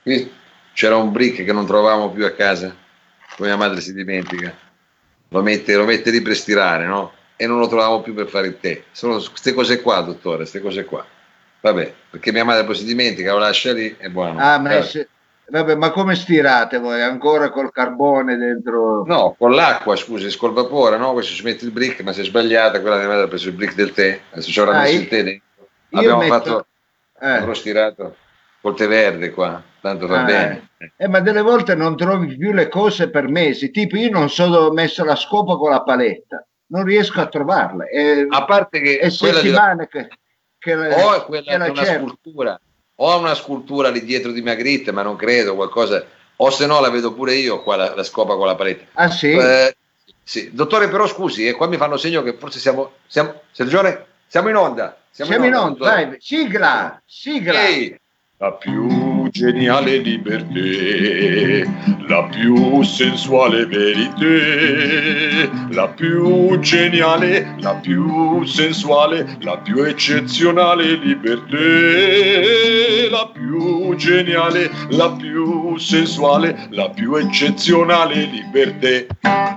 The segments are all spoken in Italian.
Qui c'era un brick che non trovavamo più a casa, poi mia madre si dimentica, lo mette lì per stirare, no? E non lo trovavo più per fare il tè. Sono queste cose qua, dottore, queste cose qua. Vabbè, perché mia madre poi si dimentica, lo lascia lì e Ah, buonanotte. ma, vabbè, ma come stirate voi? Ancora col carbone dentro? No, con l'acqua, scusi, col vapore, no? Questo ci mette il brick, ma si è sbagliata, quella mia madre ha preso il brick del tè, adesso ci avrà Ah, messo il tè dentro. io Abbiamo metto... fatto, Eh, avrò stirato col tè verde qua, tanto va ah, bene. ma delle volte non trovi più le cose per mesi, tipo io non so dove ho messo la scopa con la paletta, non riesco a Ma trovarla, a parte è che quella della settimane o è che quella che è la una cerco. scultura, o è una scultura lì dietro di Magritte, ma non credo, qualcosa, o se no la vedo pure io qua la scopa con la paletta. Ah sì? Eh, sì. Dottore, però scusi, qua mi fanno segno che forse Sergione, siamo in Siamo in onda, onda, dottore. vai, Siamo in onda. sigla, sigla. Ehi! La più geniale libertà, la più sensuale verità, la più geniale, la più sensuale, la più eccezionale libertà, la più geniale, la più sensuale, la più eccezionale libertà.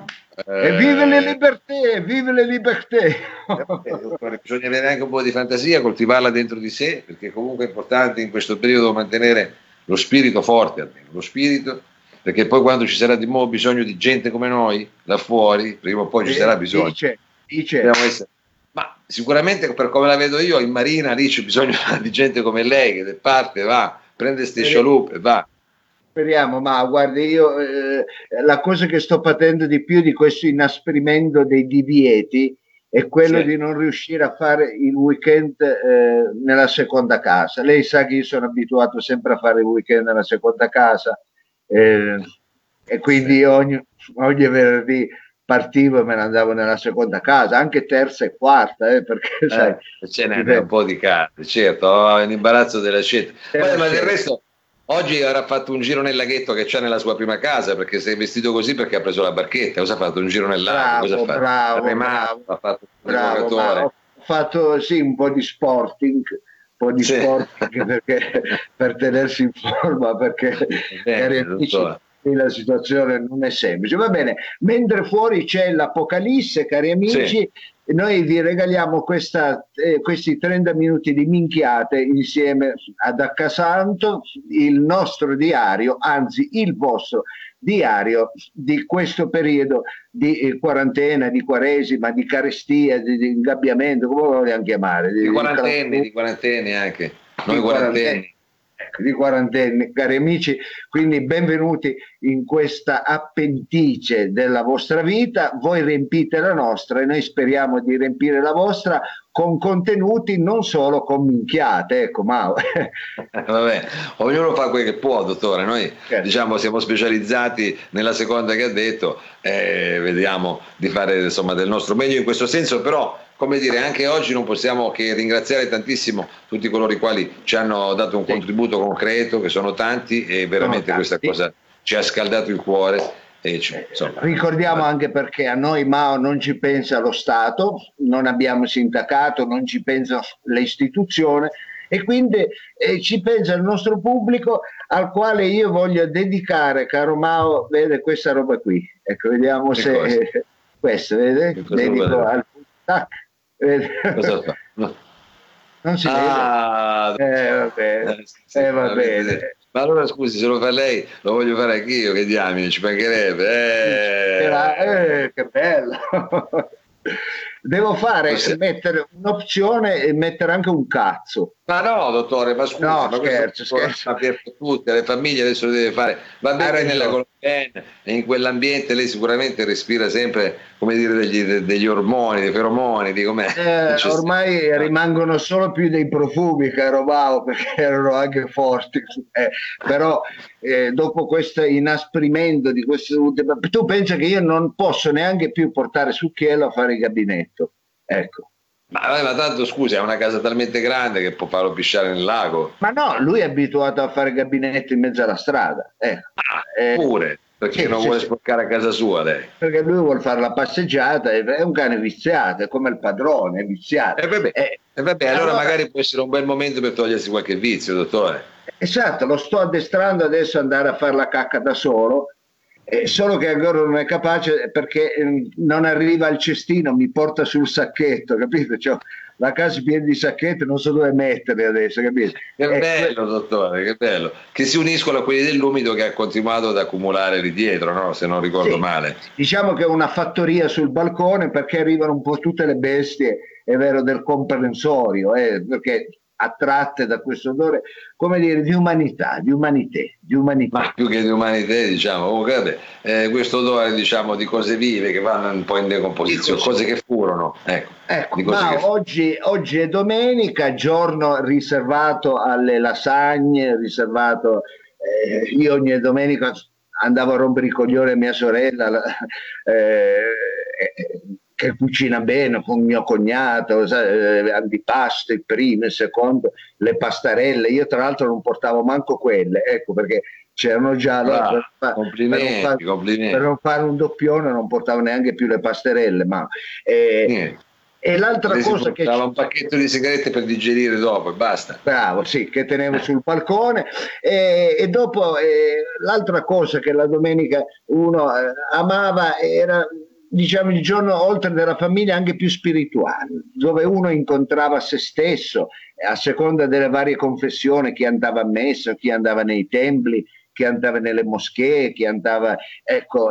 E vive le Eh, libertà, vive le libertà. dottore, bisogna avere anche un po' di fantasia, coltivarla dentro di sé, perché comunque è importante in questo periodo mantenere lo spirito forte, almeno lo spirito, perché poi quando ci sarà di nuovo bisogno di gente come noi, là fuori, prima o poi ci sarà bisogno. Dice, dice. Dobbiamo essere... Ma sicuramente per come la vedo io, in Marina lì c'è bisogno di gente come lei, che parte, va, prende ste scialuppe e va. Speriamo, ma guardi, io la cosa che sto patendo di più di questo inasprimento dei divieti è quello Sì, di non riuscire a fare il weekend nella seconda casa. Lei sa che io sono abituato sempre a fare il weekend nella seconda casa eh, e sì. quindi ogni venerdì partivo e me ne andavo nella seconda casa, anche terza e quarta, perché sai, Ce n'è un dipende po' di carte, certo, ho l'imbarazzo della scelta. dalla Ma del scelta. resto, oggi avrà fatto un giro nel laghetto che c'è nella sua prima casa, perché sei vestito così perché ha preso la barchetta. Cosa ha fatto? Un giro nel lago? Cosa ha Bravo, fatto? Ha bravo, remato, bravo, ha fatto il bravo, ma nuotatore. ho fatto sì un po' di Sì. sporting perché, per tenersi in forma, perché Va cari bene, amici, dottore. qui la situazione non è semplice. Va bene, mentre fuori c'è l'Apocalisse, cari Sì, amici, noi vi regaliamo questi 30 minuti di minchiate insieme ad Accasanto, il nostro diario, anzi il vostro diario di questo periodo di quarantena, di quaresima, di carestia, di ingabbiamento, come lo vogliamo chiamare, di quarantenni anche, noi di quarantena. quarantenni. Ecco, di quarantenne, cari amici, quindi benvenuti in questa appentice della vostra vita. Voi riempite la nostra e noi speriamo di riempire la vostra con contenuti, non solo con minchiate. Ecco, Mao. Vabbè, ognuno fa quel che può, dottore. Noi Certo. diciamo siamo specializzati nella seconda che ha detto e vediamo di fare insomma del nostro meglio in questo senso, però come dire, anche oggi non possiamo che ringraziare tantissimo tutti coloro i quali ci hanno dato un Sì, contributo concreto, che sono tanti e sono veramente questa tanti. cosa ci ha scaldato il cuore e insomma, Ricordiamo anche perché a noi Mao non ci pensa lo Stato, non abbiamo sindacato, non ci pensa l'istituzione e quindi ci pensa il nostro pubblico al quale io voglio dedicare, caro Mao, vede questa roba qui. Ecco, vediamo che se cosa? questo, vede? Che cosa Dedico voleva? al tac, vede? Cosa fa? No. Non si vede? Ah, Va bene, sì, sì, va avete detto. bene. Ma allora scusi, se lo fa lei, lo voglio fare anch'io, che diamine, ci mancherebbe. Che bello! Devo Possiamo- mettere un'opzione e mettere anche un cazzo. Ma no, dottore, ma scusi, No, ma questo è scherzo, un scherzo. programma aperto a tutte, le famiglie adesso lo deve fare. Va Hai bene che nella ragione. Colombiana e in quell'ambiente lei sicuramente respira sempre, come dire, degli ormoni, dei feromoni, di com'è. C'è Ormai sempre- rimangono solo più dei profumi, caro Mao, perché erano anche forti. Però dopo questo inasprimento di queste ultime... Tu pensa che io non posso neanche più portare Succhiello a fare il gabinetto. Ecco. ma tanto scusi, è una casa talmente grande che può farlo pisciare nel lago. Ma no, lui è abituato a fare gabinetto in mezzo alla strada. Ah, Eh, pure, perché sì, non sì, vuole sì, sporcare a casa sua lei. perché lui vuole fare la passeggiata, è un cane viziato, è come il padrone, è viziato. E vabbè, Eh, e vabbè, allora allora, magari può essere un bel momento per togliersi qualche vizio, dottore. Esatto, lo sto addestrando adesso ad andare a fare la cacca da solo, solo che ancora non è capace perché non arriva al cestino, mi porta sul sacchetto, capito? Cioè, la casa piena di sacchetti, non so dove metterli adesso, capito? Che bello, dottore, che bello. Che si uniscono a quelli dell'umido che ha continuato ad accumulare lì dietro, no? Se non ricordo Sì, male. diciamo che è una fattoria sul balcone perché arrivano un po' tutte le bestie, è vero, del comprensorio, perché attratte da questo odore, come dire, di umanità, di umanité, di umanità. Ma più che di umanità, diciamo, comunque, vabbè, questo odore, diciamo, di cose vive che vanno un po' in decomposizione, Dico, cose che furono, ecco, ecco, di cose che ma oggi è domenica, giorno riservato alle lasagne, riservato, io ogni domenica andavo a rompere i coglioni a mia sorella, che cucina bene con mio cognato, sai, antipasto, il primo, il secondo, le pastarelle, io tra l'altro non portavo manco quelle, ecco perché c'erano già, allora complimenti, per complimenti. non fare un doppione non portavo neanche più le pastarelle, ma eh, Niente. e l'altra Lei si cosa che portava un pacchetto di sigarette per digerire dopo e basta. bravo, sì, che tenevo sul balcone e dopo l'altra cosa che la domenica uno amava era diciamo il giorno oltre della famiglia anche più spirituale, dove uno incontrava se stesso a seconda delle varie confessioni, chi andava a messa, chi andava nei templi, chi andava nelle moschee, chi andava, ecco,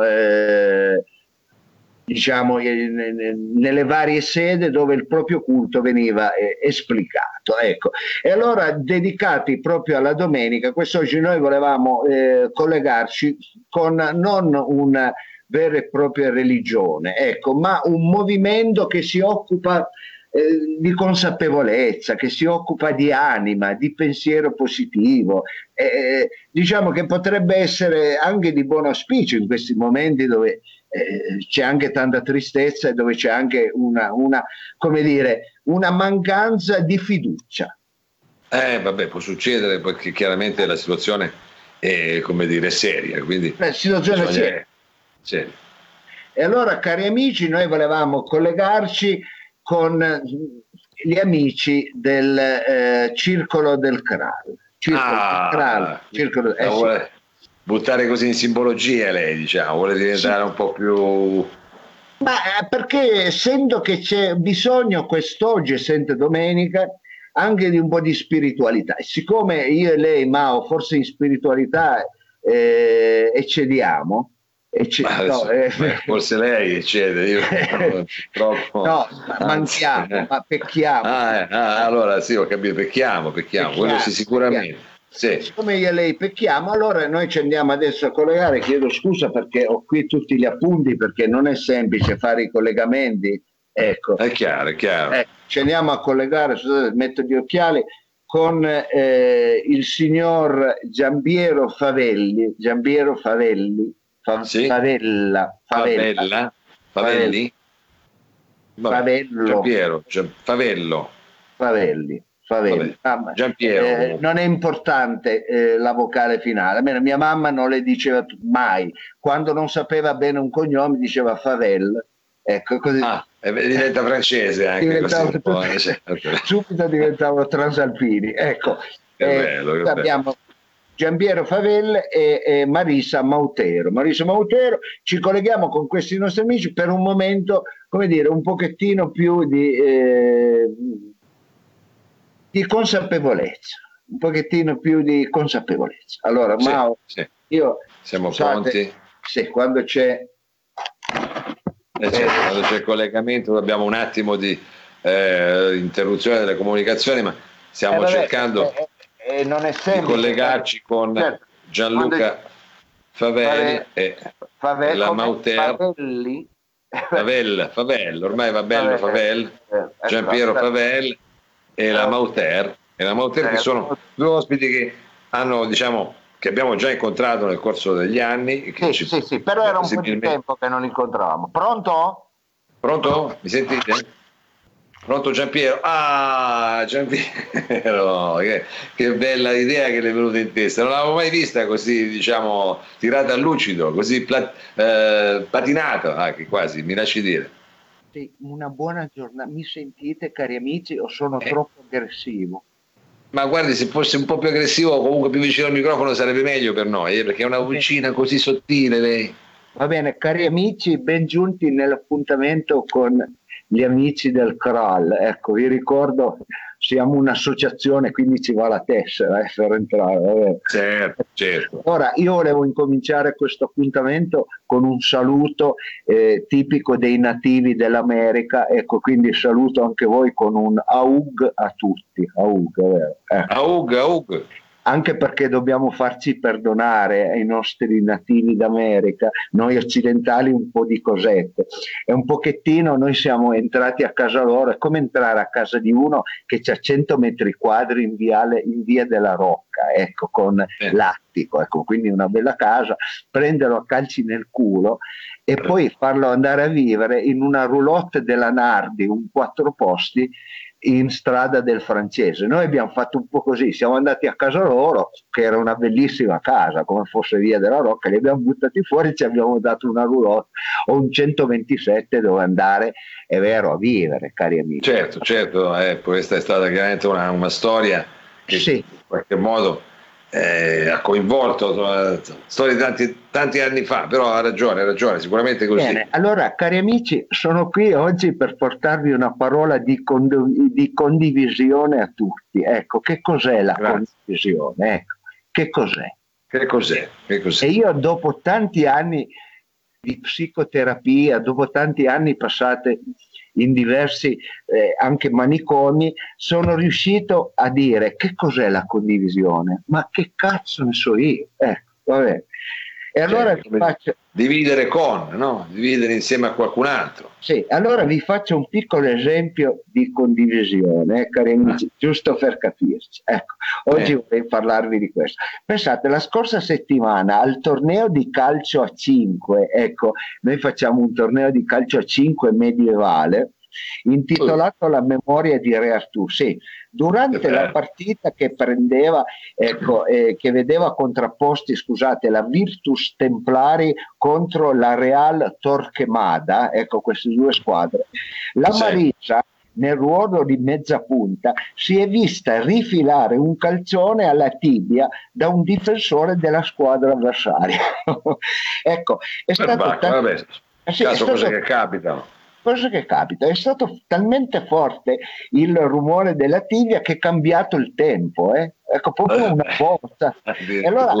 diciamo, nelle varie sedi dove il proprio culto veniva esplicato. Ecco. E allora, dedicati proprio alla domenica, quest'oggi noi volevamo collegarci con non una vera e propria religione, ecco, ma un movimento che si occupa di consapevolezza, che si occupa di anima, di pensiero positivo. Diciamo che potrebbe essere anche di buon auspicio in questi momenti dove c'è anche tanta tristezza e dove c'è anche come dire, una mancanza di fiducia. Vabbè, può succedere perché chiaramente la situazione è, come dire, seria, quindi La situazione bisogna... è. Sì. E allora, cari amici, noi volevamo collegarci con gli amici del Circolo del Kral. Circolo del Kral, Ah, circolo, la sì. vuole buttare così in simbologia lei, diciamo, vuole Sì, diventare un po' più... ma perché essendo che c'è bisogno quest'oggi, essendo domenica, anche di un po' di spiritualità. E siccome io e lei, Mao, forse in spiritualità eccediamo, Ma no, adesso, forse lei eccede, io purtroppo, no, anzi... manchiamo, ma pecchiamo. allora sì, ho capito, pecchiamo, quello sì Pecchiamo. sicuramente, sì. Siccome io e lei pecchiamo, allora noi ci andiamo adesso a collegare. Chiedo scusa perché ho qui tutti gli appunti, perché non è semplice fare i collegamenti. Ecco, È chiaro, è chiaro. ci andiamo a collegare, scusate, metto gli occhiali, con il signor Giampiero Favelli, Giampiero Favelli, Sì, Favella, Favella, Favella, Favelli, vabbè, Favello, Giampiero, Favello, Favelli, Favelli. vabbè, Giampiero Non comunque. è importante la vocale finale, almeno mia mamma non le diceva mai, quando non sapeva bene un cognome diceva Favel, ecco così Ah, diventa francese anche così un po', certo. subito diventavano transalpini. Ecco, Che bello, che bello. abbiamo Giampiero Favelle e Marisa Mautero. Marisa Mautero, ci colleghiamo con questi nostri amici per un momento, come dire, un pochettino più di consapevolezza, un pochettino più di consapevolezza. Allora, Sì, Mao, sì. io, Siamo scusate, pronti? sì, quando c'è... Certo, quando c'è il collegamento abbiamo un attimo di interruzione delle comunicazioni, ma stiamo vabbè, cercando non è di semplice, collegarci con certo, quando Gianluca Favel e la come Mauter, Favelli, Favel, ormai va bello Favelli, Favel, Giampiero ecco, Favel e la Mauter, che sono due ospiti che hanno, diciamo, che abbiamo già incontrato nel corso degli anni, che sì, sì, sì, però era un po' di tempo che non incontravamo. Pronto? Pronto? Mi sentite? Pronto Giampiero? Ah, Giampiero, che bella idea che le è venuta in testa. Non l'avevo mai vista così, diciamo, tirata a lucido, così patinata, anche quasi, mi lasci dire. Sì, una buona giornata. Mi sentite, cari amici, o sono Eh, troppo aggressivo? Ma guardi, se fosse un po' più aggressivo o comunque più vicino al microfono sarebbe meglio per noi, perché è una vocina così sottile lei. Va bene, cari amici, ben giunti nell'appuntamento con gli amici del Kral. Ecco, vi ricordo, siamo un'associazione, quindi ci va la tessera per entrare. Va bene. Certo, certo. Ora, io volevo incominciare questo appuntamento con un saluto tipico dei nativi dell'America. Ecco, quindi saluto anche voi con un aug a tutti. Aug, vero? Aug, aug. Anche perché dobbiamo farci perdonare ai nostri nativi d'America, noi occidentali un po' di cosette, e un pochettino noi siamo entrati a casa loro. È come entrare a casa di uno che c'ha 100 metri quadri in via della Rocca, ecco, con l'attico, ecco, quindi una bella casa, prenderlo a calci nel culo e poi farlo andare a vivere in una roulotte della Nardi, un 4 posti, in strada del Francese. Noi abbiamo fatto un po' così, siamo andati a casa loro, che era una bellissima casa, come fosse via della Rocca, li abbiamo buttati fuori e ci abbiamo dato una roulotte o un 127 dove andare, è vero, a vivere, cari amici. Certo, questa è stata chiaramente una storia che in qualche modo ha coinvolto storie di tanti anni fa, però ha ragione, sicuramente così. Bene, allora cari amici, sono qui oggi per portarvi una parola di condivisione a tutti. Ecco, che cos'è la condivisione? Ecco, che cos'è? Che cos'è? E io dopo tanti anni di psicoterapia, dopo tanti anni passati in diversi anche manicomi, sono riuscito a dire che cos'è la condivisione, ma che cazzo ne so io, vabbè. E allora vi faccio... dividere dividere insieme a qualcun altro. Sì, allora vi faccio un piccolo esempio di condivisione, cari amici, giusto per capirci. Ecco, oggi vorrei parlarvi di questo. Pensate, la scorsa settimana al torneo di calcio a 5, ecco, noi facciamo un torneo di calcio a 5 medievale, intitolato La memoria di Re Artù. Sì, durante la partita che prendeva, ecco, che vedeva contrapposti, scusate, la Virtus Templari contro la Real Torquemada, ecco, queste due squadre, la Marisa nel ruolo di mezza punta si è vista rifilare un calcione alla tibia da un difensore della squadra avversaria. Ecco, è stato cose che capitano. Cosa che capita, è stato talmente forte il rumore della tibia che è cambiato il tempo, ecco, proprio una forza. E allora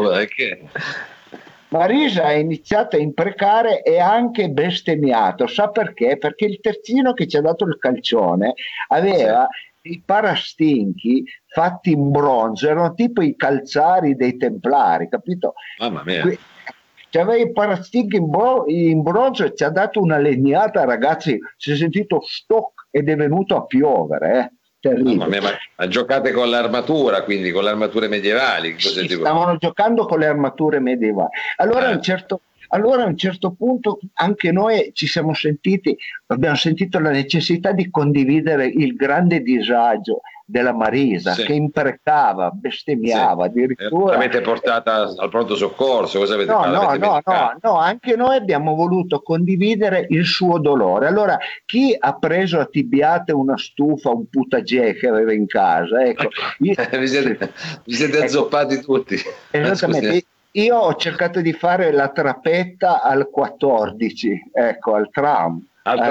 Marisa ha iniziato a imprecare e ha anche bestemmiato. Sa perché? Perché il terzino che ci ha dato il calcione aveva i parastinchi fatti in bronzo, erano tipo i calzari dei Templari, capito? Mamma mia. C'aveva i parastinchi in bronzo e ci ha dato una legnata, ragazzi, si è sentito stock ed è venuto a piovere, terribile. Mamma mia, ma giocate con l'armatura, quindi con le armature medievali? Stavano giocando con le armature medievali. Allora a un certo punto anche noi ci siamo sentiti, abbiamo sentito la necessità di condividere il grande disagio della Marisa, che imprecava, bestemmiava, addirittura. L'avete portata al pronto soccorso? Cosa avete fatto? No, anche noi abbiamo voluto condividere il suo dolore. Allora, chi ha preso a Tibiate una stufa, un putagè che aveva in casa? Ecco, vi siete azzoppati tutti. Esattamente. Io ho cercato di fare la trappetta al 14, ecco, al tram.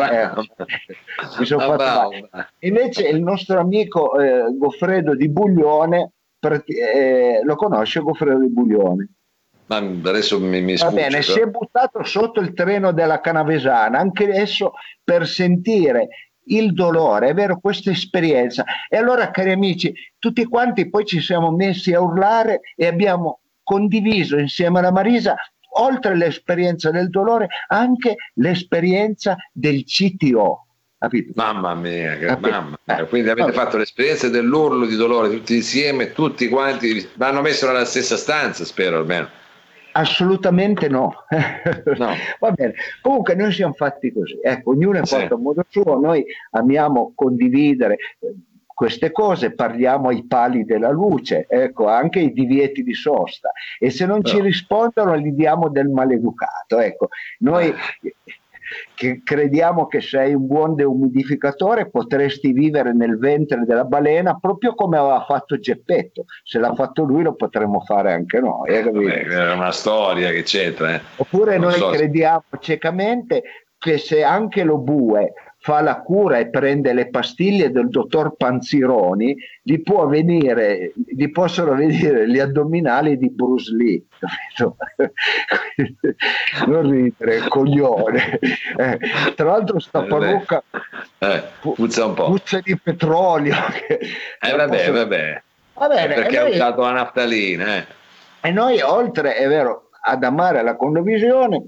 Mi sono fatto invece il nostro amico Goffredo di Buglione, lo conosce Goffredo di Buglione? Ma adesso mi va bene, però. Si è buttato sotto il treno della Canavesana anche adesso per sentire il dolore, è vero, questa esperienza. E allora, cari amici, tutti quanti poi ci siamo messi a urlare e abbiamo condiviso insieme alla Marisa, oltre l'esperienza del dolore, anche l'esperienza del CTO. Capito? Mamma mia, mamma mia. Quindi avete fatto l'esperienza dell'urlo di dolore tutti insieme, tutti quanti vanno messo nella stessa stanza, spero almeno. Assolutamente no. Va bene, comunque noi siamo fatti così, ecco, ognuno è fatto a modo suo, noi amiamo condividere queste cose, parliamo ai pali della luce, ecco, anche i divieti di sosta, e se non ci rispondono gli diamo del maleducato, ecco, noi che crediamo che sei un buon deumidificatore, potresti vivere nel ventre della balena proprio come aveva fatto Geppetto. Se l'ha fatto lui lo potremmo fare anche noi. Vabbè, è una storia che c'entra. Oppure Non noi so crediamo ciecamente che se anche lo bue fa la cura e prende le pastiglie del dottor Panzironi, gli possono venire gli addominali di Bruce Lee, capito? Non ridere, coglione. Tra l'altro sta parrucca puzza un po'. puzza di petrolio. Vabbè. Va bene, perché ha usato la naftalina. E noi, oltre, è vero, ad amare la condivisione,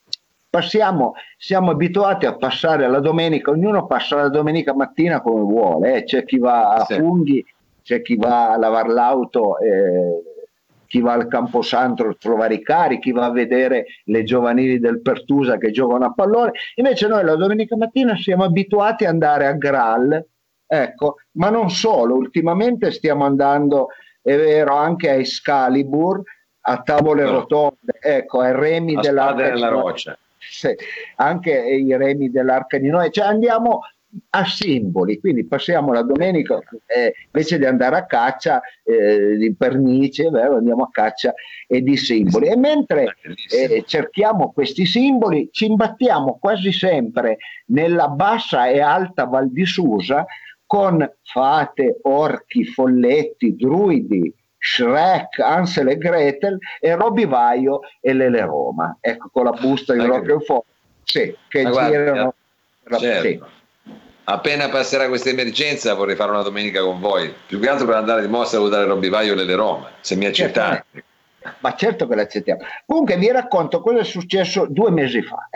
siamo abituati a passare la domenica, ognuno passa la domenica mattina come vuole, c'è chi va a funghi, c'è chi va a lavare l'auto, chi va al Camposanto a trovare i cari, chi va a vedere le giovanili del Pertusa che giocano a pallone. Invece noi la domenica mattina siamo abituati ad andare a Graal, ecco, ma non solo, ultimamente stiamo andando, è vero, anche a Excalibur, a tavole rotonde, ecco, ai remi dell'Arca della Roccia. Sì, anche i remi dell'Arca di Noè, cioè andiamo a simboli, quindi passiamo la domenica invece di andare a caccia di pernice, vero? Andiamo a caccia e di simboli, e mentre cerchiamo questi simboli ci imbattiamo quasi sempre nella bassa e alta Val di Susa con fate, orchi, folletti, druidi, Shrek, Hansel e Gretel e Robivaio e Lele Roma, ecco, con la busta di Roquefort, che girano. Certo. Sì. Appena passerà questa emergenza vorrei fare una domenica con voi, più che altro per andare di mostra a salutare Robivaio e Lele Roma, se mi accettate. Ma certo che l'accettiamo. Comunque vi racconto cosa è successo 2 mesi fa.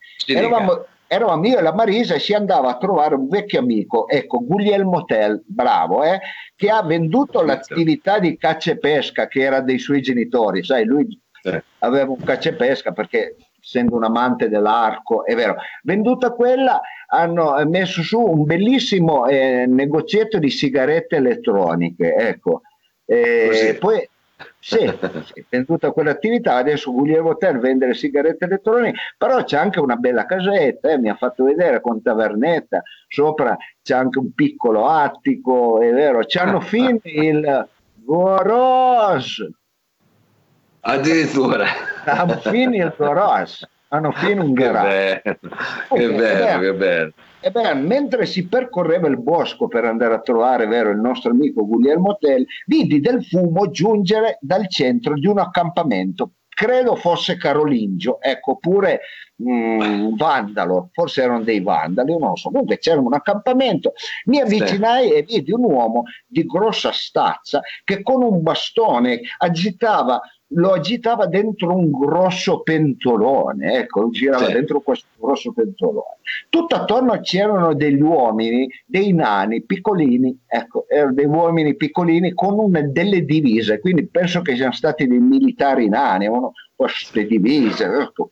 Eravamo io e la Marisa e si andava a trovare un vecchio amico, ecco, Guglielmo Tell, bravo, che ha venduto l'attività di caccia e pesca che era dei suoi genitori, sai, lui aveva un caccia e pesca perché essendo un amante dell'arco, è vero, venduta quella hanno messo su un bellissimo negozietto di sigarette elettroniche, ecco, poi venduta quell'attività, adesso Guglielmo Tell vende le sigarette elettroniche, però c'è anche una bella casetta, mi ha fatto vedere con tavernetta, sopra c'è anche un piccolo attico, è vero, c'hanno fino il Goros, addirittura hanno fino il Goros, hanno fino un garage. Che bello. Ebbene, mentre si percorreva il bosco per andare a trovare, vero, il nostro amico Guglielmo Tell, vidi del fumo giungere dal centro di un accampamento, credo fosse carolingio, ecco, oppure vandalo, forse erano dei vandali, non lo so, comunque c'era un accampamento, mi avvicinai e vidi un uomo di grossa stazza che con un bastone lo agitava dentro un grosso pentolone, ecco, lo girava dentro questo grosso pentolone. Tutto attorno c'erano degli uomini, dei nani piccolini, ecco, erano dei uomini piccolini con delle divise, quindi penso che siano stati dei militari nani, avevano queste divise.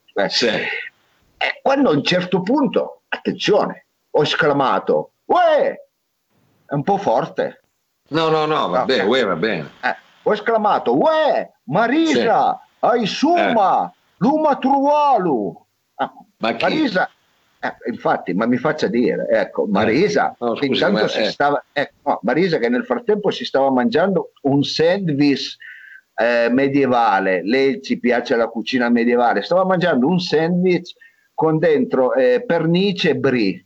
E quando a un certo punto, attenzione, ho esclamato, uè, è un po' forte. No, va bene. Ho esclamato, uè, Marisa, hai suma, luma truvalu. Marisa, infatti, ma mi faccia dire, ecco, Marisa, Marisa che nel frattempo si stava mangiando un sandwich medievale, lei ci piace la cucina medievale, stava mangiando un sandwich con dentro pernice e brie.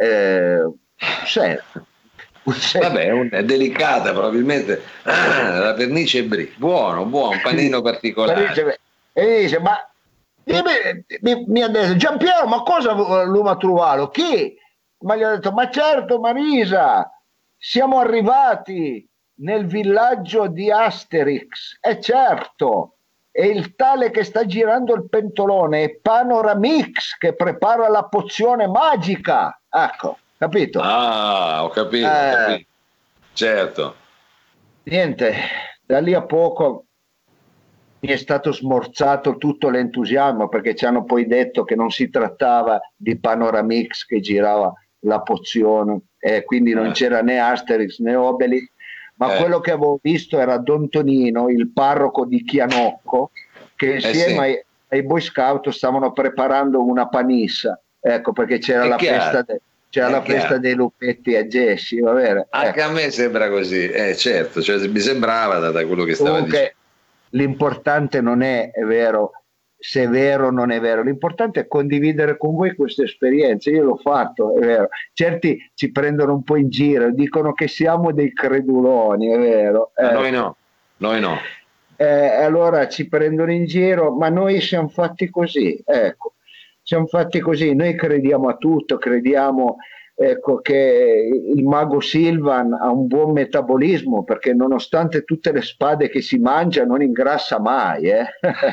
Vabbè, è delicata probabilmente la pernice e brie, buono, un panino particolare. E dice, ma mi ha detto, Giampiero, ma cosa l'uma truvalo? Chi? Ma gli ho detto, ma certo Marisa, siamo arrivati nel villaggio di Asterix, e certo, è il tale che sta girando il pentolone, è Panoramix che prepara la pozione magica, ecco. Capito? Ho capito. Certo. Niente, da lì a poco mi è stato smorzato tutto l'entusiasmo perché ci hanno poi detto che non si trattava di Panoramix che girava la pozione e quindi non c'era né Asterix né Obelix, ma quello che avevo visto era Don Tonino, il parroco di Chianocco, che insieme ai Boy Scout stavano preparando una panissa. ecco, perché c'era È la chiaro, c'era è la festa chiaro. dei lupetti a Gessi, va bene? Anche a me sembra così, certo, cioè, mi sembrava da quello che stava dicendo. Comunque l'importante non è vero, se è vero o non è vero, l'importante è condividere con voi queste esperienze. Io l'ho fatto, è vero. Certi ci prendono un po' in giro, dicono che siamo dei creduloni, è vero. Ma noi no, noi no. Allora ci prendono in giro, ma noi siamo fatti così, ecco, siamo fatti così, noi crediamo a tutto, crediamo, ecco, che il mago Silvan ha un buon metabolismo perché nonostante tutte le spade che si mangia non ingrassa mai, eh.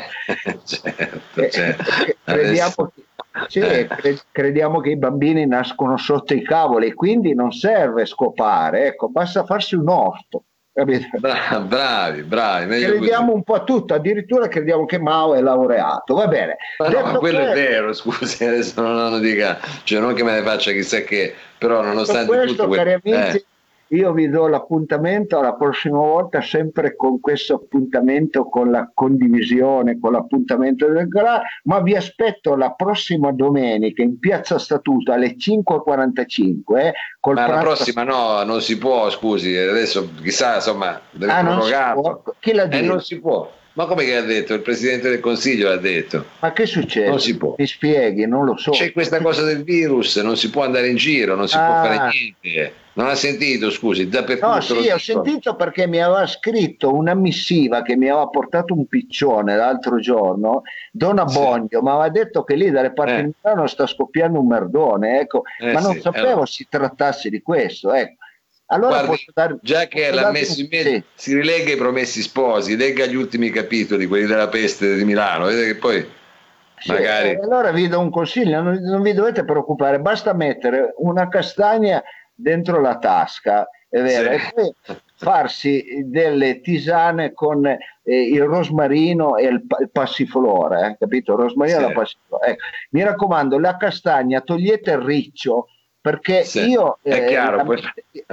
Certo, certo. Crediamo, Adesso, sì, crediamo che i bambini nascono sotto i cavoli e quindi non serve scopare, ecco, basta farsi un orto. Capito? bravi, bravi, meglio Crediamo così. un po' a tutto, addirittura crediamo che Mao è laureato. Va bene. Ma no, ma Detto quello è questo, vero, scusi, adesso non dica, cioè non che me ne faccia chissà che, però detto nonostante tutto, questo, cari amici, io vi do l'appuntamento alla prossima volta, sempre con questo appuntamento, con la condivisione, con l'appuntamento del GRA, ma vi aspetto la prossima domenica in Piazza Statuto alle 5:45, col ma la pranzo. prossima no, non si può, scusi, adesso chissà, insomma, deve Ah, non si può? prorogato. Chi l'ha E non detto? si può. Ma come che ha detto? Il Presidente del Consiglio l'ha detto. Ma che Non succede? si può. Mi spieghi, non lo so. C'è questa cosa del virus, non si può andare in giro, non si può fare Ah, niente. Non ha sentito, scusi, no, dappertutto lo sì, ho dico. sentito perché mi aveva scritto una missiva che mi aveva portato un piccione l'altro giorno, Don Sì. Abbondio, mi aveva detto che lì dalle parti Eh, di Milano sta scoppiando un merdone, ecco, ma non sì. sapevo Allora, si trattasse di questo, ecco. Allora guardi, già che posso l'ha darvi messo in mente, sì. si rilegga i Promessi Sposi, legga gli ultimi capitoli, quelli della peste di Milano, vedete che poi Sì, magari... allora vi do un consiglio, non vi dovete preoccupare, basta mettere una castagna dentro la tasca, è Sì. vero, e poi farsi delle tisane con il rosmarino e il passiflora, capito? Il rosmarino e Sì, la passiflora. Ecco, mi raccomando, la castagna togliete il riccio perché sì, è chiaro, poi...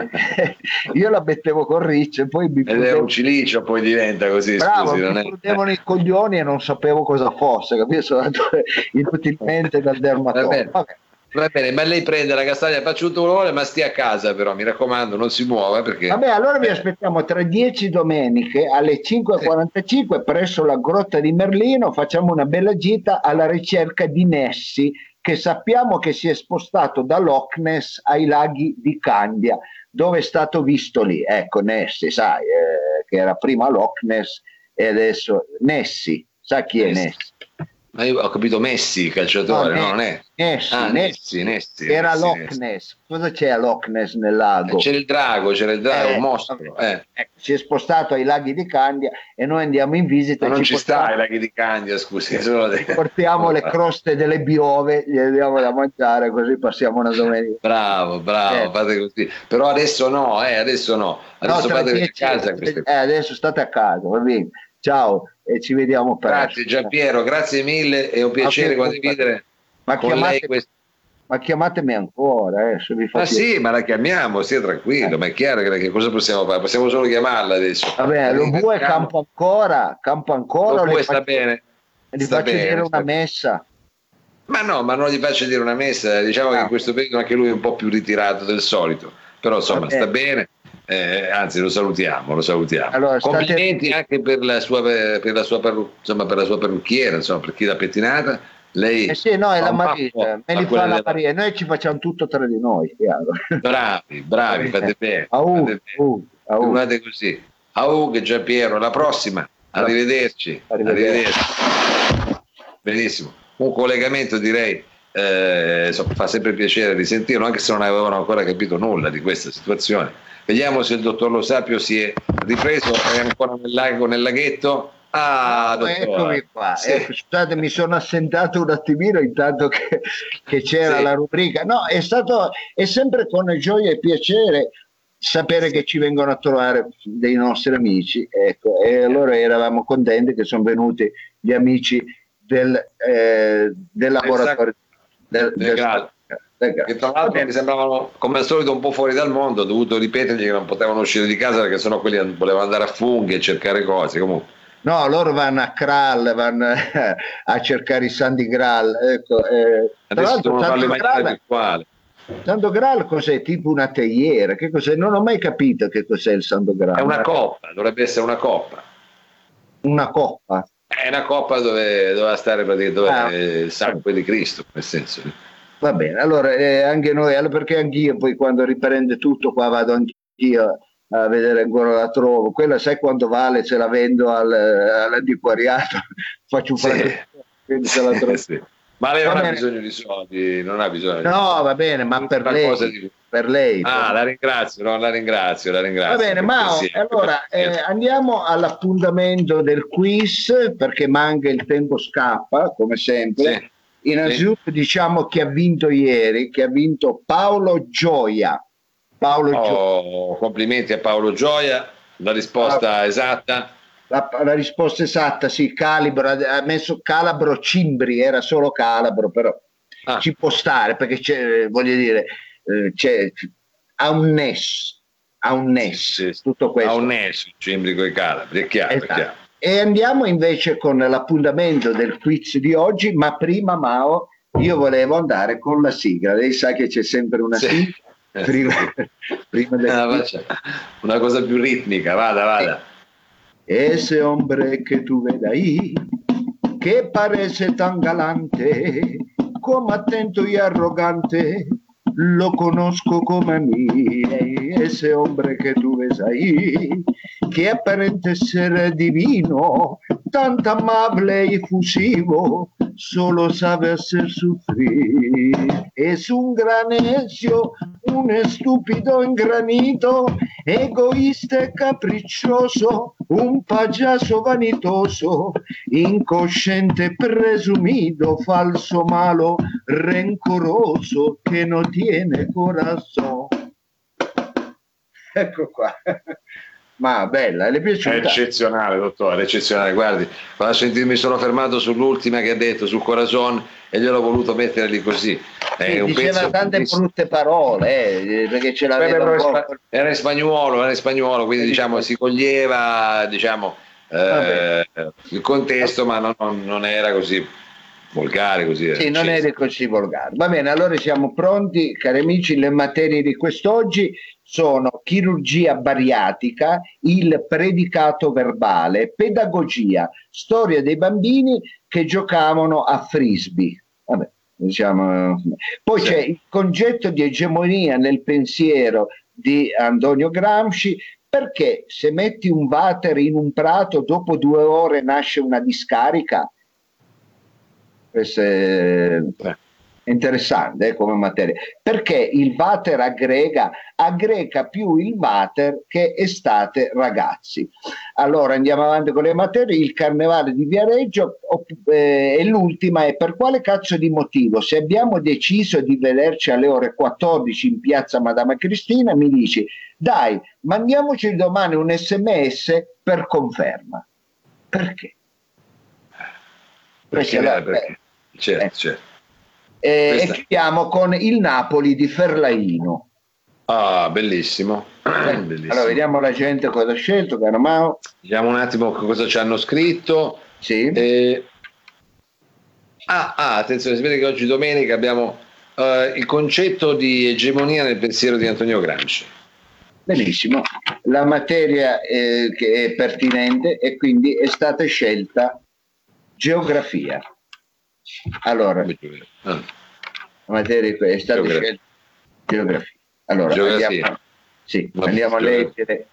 io la mettevo con riccio e poi mi Ed è un prudevo. cilicio, poi diventa così, Bravo, scusi, mi non è... prudevano i coglioni e non sapevo cosa fosse, capito? Sono andato inutilmente dal Va dermatologo. bene, Vabbè. va bene, ma lei prende la castagna, faccia un vuole, ma stia a casa però, mi raccomando, non si muova perché... Vabbè, allora vi aspettiamo tra 10 domeniche alle sì, 5:45 presso la Grotta di Merlino. Facciamo una bella gita alla ricerca di Nessi, che sappiamo che si è spostato da Loch Ness ai laghi di Candia, dove è stato visto lì. Ecco, Nessi, sai, che era prima Loch Ness e adesso Nessi. Sa chi è Nessi. Nessi? Ma io ho capito Messi, No, calciatore, no, non è... Ah, Nessi. Nessi, Era Nessi, Loch Nessi. Ness. Cosa c'è a Loch Ness nel lago? C'era il drago, un Vabbè. mostro, eh. Ecco, si è spostato ai laghi di Candia e noi andiamo in visita Ma e non ci sta ai laghi di Candia, scusi, solo ci portiamo le croste delle biove, gli diamo da mangiare così passiamo una domenica. Bravo, Eh, bravo, fate così. Però adesso no, adesso no. no, Adesso tra fatevi a 10, casa queste cose. adesso state a casa, va bene. Ciao e ci vediamo presto. Grazie Giampiero, grazie mille, è un Ma piacere figurati. condividere Ma con lei questo. ma chiamatemi ancora, se vi fa Ma piacere. sì, ma la chiamiamo, stia tranquillo, ma è chiaro che cosa possiamo fare? Possiamo solo chiamarla adesso. Va bene, La lo vuoi ringraziamo. campo ancora Lo o puoi, sta bene, gli sta faccio dire bene, una sta bene. messa? Ma no, ma non gli faccio dire una messa, diciamo che in Ah, questo periodo anche lui è un po' più ritirato del solito, però va insomma sta bene. bene, anzi lo salutiamo, lo salutiamo. Allora, Complimenti anche insomma, per la sua parrucchiera, insomma, per chi l'ha pettinata, eh lei sì, no, è fa la un passo Marisa, me a li fa quella la della... Maria, noi ci facciamo tutto tra di noi, chiaro. Bravi, Va bravi, bene. fate bene, Au, fate bene. au, au. Fate così. Aug Giampiero, alla prossima, arrivederci, Arrivederci. arrivederci. Benissimo. Un collegamento direi, insomma, fa sempre piacere risentirlo, anche se non avevano ancora capito nulla di questa situazione. Vediamo se il dottor Lo Sapio si è ripreso, è ancora nel lago, nel laghetto. Ah, Eccomi dottore, qua. sì, Ecco, scusate, mi sono assentato un attimino intanto che c'era sì, la rubrica. No, è sempre con gioia e piacere sapere sì. che ci vengono a trovare dei nostri amici. Ecco, e allora eravamo contenti che sono venuti gli amici del laboratorio Del Graal, del che Gas. tra Va l'altro mi bene. sembravano come al solito un po' fuori dal mondo, ho dovuto ripetergli che non potevano uscire di casa perché sennò quelli volevano andare a funghi e cercare cose. Comunque No, loro vanno a Kral, vanno a cercare i Santi Graal. Ecco, tra Adesso l'altro devono farlo in maniera virtuale. Santo Graal cos'è? Tipo una teiera? Che cos'è? Non ho mai capito che cos'è il Santo È una Graal. coppa, dovrebbe essere una coppa. Una coppa. È una coppa dove doveva stare Ah, il sangue di Cristo, nel senso. va bene, allora anche noi, perché anch'io poi quando riprende tutto qua vado anch'io a vedere ancora la trovo. Quella sai quanto vale se la vendo all'antiquariato? Faccio un Sì, fragmento, quindi se la trovo. sì. Ma lei Va non ha bene. bisogno di soldi, non ha bisogno di No, va bene, ma per qualcosa lei, di... per lei. Ah, la ringrazio, no, la ringrazio, la Va ringrazio. bene, Perché Mao, sì, allora andiamo all'appuntamento del quiz perché manca il tempo scappa, come sempre. sì, sì. Innanzitutto diciamo chi ha vinto ieri, che ha vinto Paolo Gioia. Paolo Gioia. Oh, complimenti a Paolo Gioia, la risposta esatta. La risposta esatta, sì, Calibro, ha messo Calabro Cimbri, era solo Calabro, però Ah, ci può stare perché c'è, voglio dire, c'è, ha un NES, ha un sì, NES, sì, sì. tutto Ha un questo. nesso, Cimbrico e Calabri, è chiaro, è Esatto. chiaro. E andiamo invece con l'appuntamento del quiz di oggi, ma prima Mao, io volevo andare con la sigla, lei sa che c'è sempre una Sì, sigla prima, sì. prima del quiz. Una cosa più ritmica, vada, vada. Ese hombre que tú ves ahí, que parece tan galante, como atento y arrogante, lo conozco como a mí. Ese hombre que tú ves ahí, que aparente ser divino, tan amable y fusivo, solo sabe hacer sufrir. Es un gran necio, un estúpido en granito, egoísta e capriccioso, un payaso vanitoso, incosciente, presumido, falso, malo, rencoroso, che non tiene corazón. Ecco qua. Ma bella, le è È piaciuta? eccezionale, dottore, eccezionale. Guardi, vado a sentirmi, sono fermato sull'ultima che ha detto, sul Corazon, e gliel'ho voluto mettere lì così. È Sì, un diceva pezzo tante bellissimo. brutte parole, perché ce l'aveva un po'. Era in spagnolo, quindi diciamo si coglieva diciamo, Vabbè. il contesto, ma non era così volgare, così Sì, non è acceso. così volgare. Va bene, allora siamo pronti, cari amici. Le materie di quest'oggi sono chirurgia bariatrica, il predicato verbale, pedagogia, storia dei bambini che giocavano a frisbee. Vabbè, diciamo. Poi Sì. c'è il concetto di egemonia nel pensiero di Antonio Gramsci. Perché se metti un water in un prato, dopo 2 ore nasce una discarica? Questo è interessante come materia, perché il water aggrega più il water che estate ragazzi. Allora andiamo avanti con le materie. Il carnevale di Viareggio, e l'ultima è: per quale cazzo di motivo, se abbiamo deciso di vederci alle ore 14 in piazza Madama Cristina, mi dici dai, mandiamoci domani un SMS per conferma? Perché? Perché? Certo, certo. E chiudiamo con il Napoli di Ferlaino. Ah, bellissimo. Bellissimo. Allora vediamo la gente cosa ha scelto, caro Mao. Vediamo un attimo cosa ci hanno scritto. Sì. Attenzione, si vede che oggi domenica abbiamo il concetto di egemonia nel pensiero di Antonio Gramsci. Benissimo, la materia che è pertinente e quindi è stata scelta geografia. Allora, la materia è stata scelta geografia. Allora, andiamo a leggere.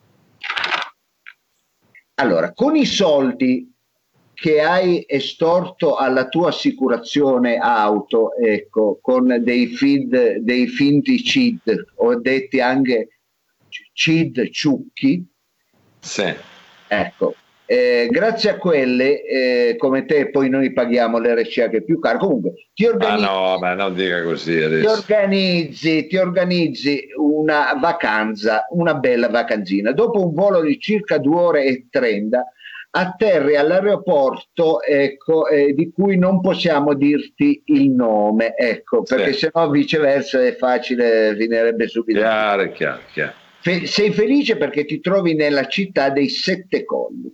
Allora, con i soldi che hai estorto alla tua assicurazione auto, ecco, con dei finti CID, o detti anche CID ciucchi, sì. Ecco, grazie a quelle, come te, poi noi paghiamo l'RCA che è più caro. Comunque, ti organizzi, ma non dica così adesso. Ti organizzi una vacanza, una bella vacanzina. Dopo un volo di circa 2 ore e 30, atterri all'aeroporto, ecco, di cui non possiamo dirti il nome, ecco, perché sennò viceversa è facile, finirebbe subito. Chiaro. Sei felice perché ti trovi nella città dei 7 colli.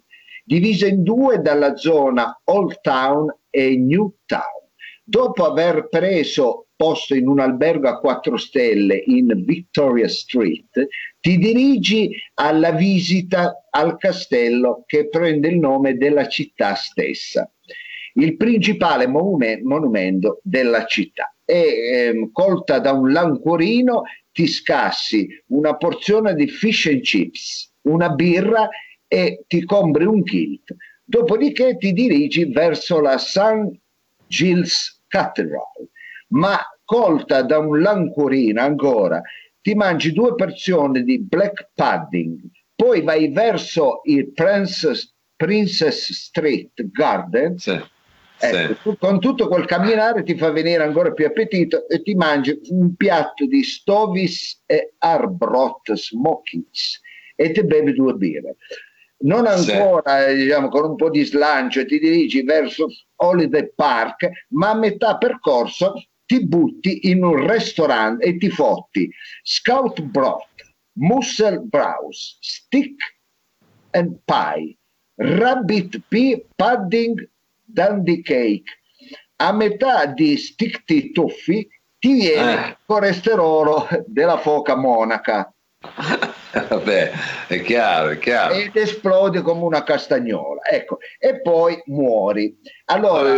divisa in due dalla zona Old Town e New Town. Dopo aver preso posto in un albergo a 4 stelle in Victoria Street, ti dirigi alla visita al castello che prende il nome della città stessa, il principale monumento della città. E colta da un languorino ti scassi una porzione di fish and chips, una birra e ti compri un kilt. Dopodiché ti dirigi verso la St. Giles Cathedral, ma colta da un languorino ancora ti mangi 2 porzioni di black pudding, poi vai verso il Princess Street Garden. Sì. Ecco, con tutto quel camminare ti fa venire ancora più appetito e ti mangi un piatto di Stovis e Arbroath Smokings e ti bevi 2 birre. Non ancora, diciamo, con un po' di slancio ti dirigi verso Holiday Park, ma a metà percorso ti butti in un ristorante e ti fotti Scout Broth, Mussel Browse, Stick and Pie, Rabbit Pea Pudding, Dandy Cake. A metà di Stick Toffee ti viene il colesterolo della foca monaca. Vabbè, è chiaro. Ed esplode come una castagnola, ecco, e poi muori. Allora,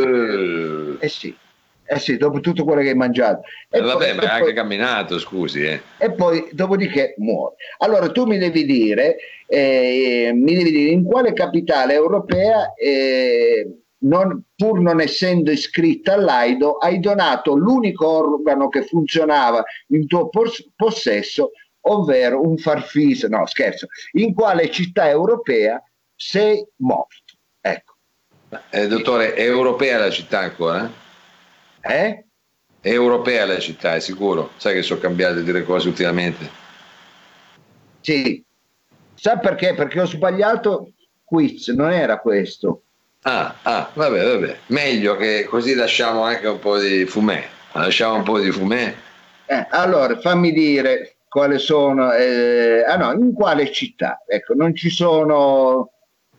sì, dopo tutto quello che hai mangiato. Vabbè, ma hai anche camminato, scusi. E poi, dopodiché, muori. Allora, tu mi devi dire in quale capitale europea, pur non essendo iscritta all'AIDO, hai donato l'unico organo che funzionava in tuo possesso, ovvero un farfisa. No, scherzo. In quale città europea sei morto? Ecco. Dottore, è europea la città ancora? È europea la città, è sicuro? Sai che sono cambiate dire cose ultimamente? Sì. Sa perché? Perché ho sbagliato quiz, non era questo. Vabbè. Meglio, che così lasciamo anche un po' di fumè. Lasciamo un po' di fumè. Allora, fammi dire quali sono. In quale città? Ecco, non ci sono.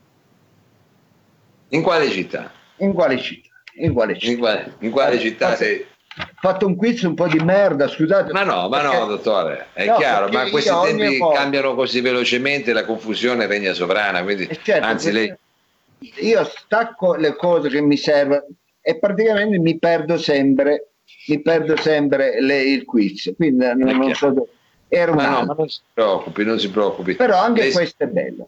In quale città? In quale città? In quale città sei? Ho fatto un quiz un po' di merda, scusate. Ma no, dottore, è chiaro, ma questi tempi cambiano così velocemente, la confusione regna sovrana, quindi certo, anzi lei... Io stacco le cose che mi servono e praticamente mi perdo sempre il quiz, quindi non so dove. Ma non si preoccupi. Però anche questo è bello,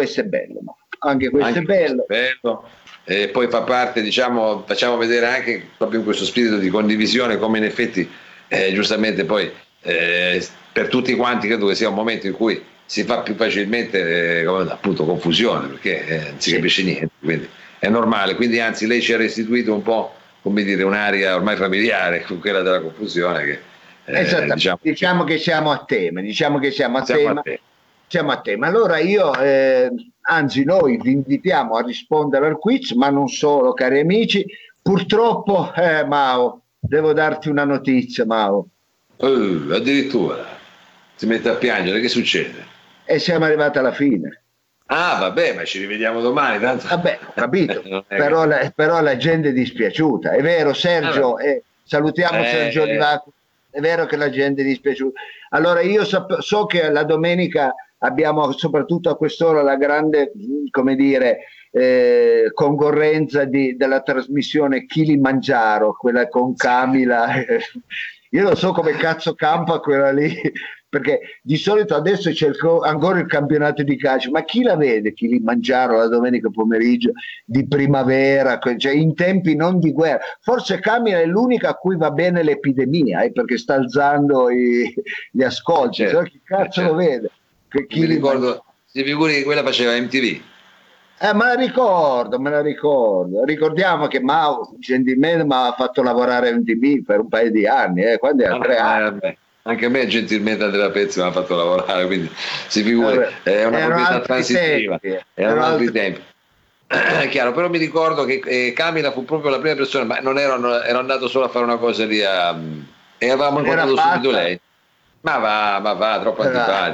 è bello. E poi fa parte, diciamo, facciamo vedere anche proprio in questo spirito di condivisione come in effetti giustamente poi per tutti quanti credo che sia un momento in cui si fa più facilmente appunto confusione, perché non si capisce niente, quindi è normale. Quindi anzi lei ci ha restituito un po', come dire, un'aria ormai familiare con quella della confusione che diciamo che siamo a tema, siamo a tema. Allora io anzi noi vi invitiamo a rispondere al quiz, ma non solo, cari amici. Purtroppo Mao, devo darti una notizia, Mao. Addirittura si mette a piangere, che succede? E siamo arrivati alla fine. Vabbè, ma ci rivediamo domani tanto. Vabbè, ho capito. però la gente è dispiaciuta, è vero Sergio, salutiamo Sergio Livaco. È vero che la gente è dispiaciuta. Allora io so che la domenica abbiamo soprattutto a quest'ora la grande, come dire, concorrenza della trasmissione Kilimangiaro, quella con Camila. Io non so come cazzo campa quella lì, perché di solito adesso c'è ancora il campionato di calcio, ma chi la vede Kilimangiaro la domenica pomeriggio di primavera, cioè in tempi non di guerra? Forse Camila è l'unica a cui va bene l'epidemia, perché sta alzando gli ascolti. Certo, chi cazzo lo vede? Mi ricordo, si figuri che quella faceva MTV. Me la ricordo. Ricordiamo che Mao gentilmente mi ha fatto lavorare a MTV per un paio di anni, quando era 3 anni. Anche a me gentilmente Andrea Pezzi mi ha fatto lavorare, quindi si figuri, è una proprietà transitiva, erano altri tempi. È chiaro, però mi ricordo che Camila fu proprio la prima persona, ma non ero andato solo a fare una cosa lì e avevamo incontrato subito lei. Ma va, troppo antipatica.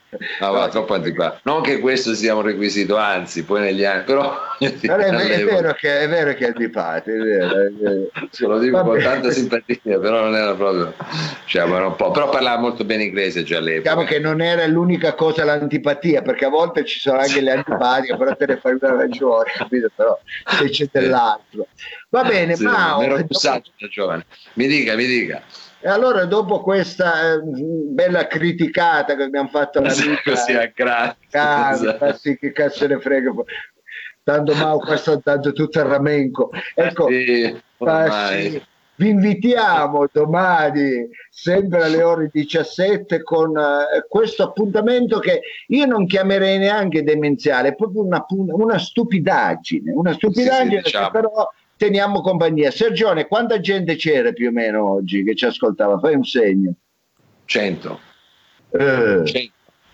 Ma va, troppo antipatico. Non che questo sia un requisito, anzi, poi negli anni, però Però è vero che è antipatico, è vero, è vero. se lo dico Va con bene. tanta simpatia, però non era proprio, cioè, ma era un po', però parlava molto bene inglese già Diciamo all'epoca. che non era l'unica cosa l'antipatia, perché a volte ci sono anche le antipatiche, però te ne fai una ragione, capito? Però se c'è Sì, dell'altro. Va bene, sì, mi Mao. ero bussato da giovane. Mi dica, mi dica. E allora dopo questa bella criticata che abbiamo fatto Così all'amica, a gratis. ma Esatto. sì, che cazzo ne frega, tanto Mao qua sta dando tutto il ramenco. Ah, Ecco, sì, ormai. sì, vi invitiamo domani, sempre alle ore 17, con questo appuntamento che io non chiamerei neanche demenziale, è proprio una Sì, sì, stupidaggine che diciamo però teniamo compagnia. Sergione, quanta gente c'era più o meno oggi che ci ascoltava? Fai un segno. 100. Eh, 100.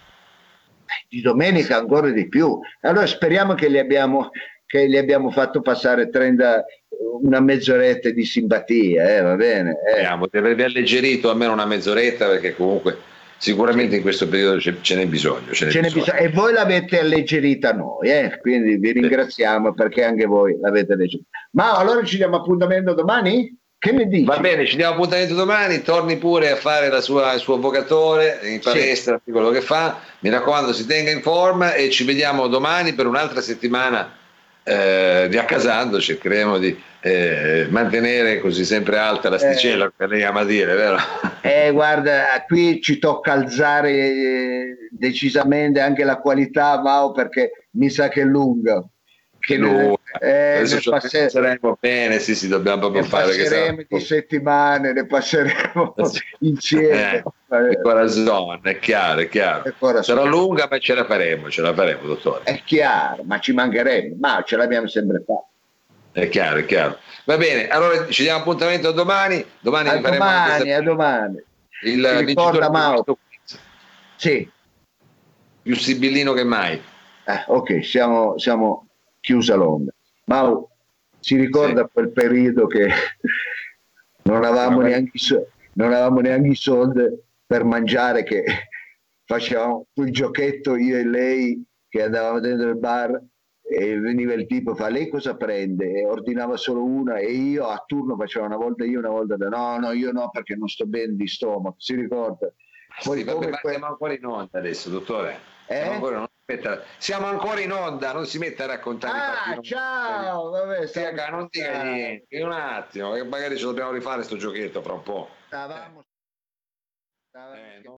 di domenica ancora di più. Allora speriamo che li abbiamo fatto passare 30, una mezz'oretta di simpatia, va bene? Speriamo di avervi alleggerito almeno una mezz'oretta, perché comunque Sì. sicuramente in questo periodo ce n'è bisogno, ce n'è Ce n'è bisogno. bisogno. E voi l'avete alleggerita noi, quindi vi Sì. ringraziamo perché anche voi l'avete alleggerita. Ma allora ci diamo appuntamento domani? Che ne Va dici? bene, ci diamo appuntamento domani, torni pure a fare il suo avvocatore in Sì. palestra, quello che fa. Mi raccomando, si tenga in forma e ci vediamo domani per un'altra settimana di Accasando. Cercheremo di mantenere così sempre alta Eh, l'asticella, come lei ama dire, vero? Guarda, qui ci tocca alzare decisamente anche la qualità, Mao, perché mi sa che è lunga. Che Lui, adesso ne ci organizzeremo bene, sì, sì, dobbiamo proprio ne fare che sarà. passeremo di settimane, ne passeremo insieme. Il corazon, è chiaro, è chiaro. E corazon. Sarà lunga, ma ce la faremo, dottore. È chiaro, ma ci mancherebbe, ma ce l'abbiamo sempre fatto. È chiaro, è chiaro. Va bene, allora ci diamo appuntamento domani. A Domani faremo anche domani, a sapere domani. Si il ricorda, vincitore di Mao? questo quiz. Sì, Più sibillino che mai. ok, siamo chiusa l'onda. Mao, si Sì. ricorda quel periodo che non avevamo neanche, non avevamo neanche i soldi per mangiare, che facevamo quel giochetto io e lei, che andavamo dentro il bar e veniva il tipo, fa lei cosa prende? E ordinava solo una e io a turno facevo una volta io, una volta te. No, no, io no, perché non sto bene di stomaco, si ricorda? Sì, Poi vabbè, come ma siamo ancora in onda adesso, dottore. eh? Siamo ancora in onda, non si metta a raccontare i fatti. Ah, ciao, vabbè, Sia stavo che non dica scherzando. niente, un attimo, che magari ce lo dobbiamo rifare sto giochetto fra un po'. Stavamo, stavamo No?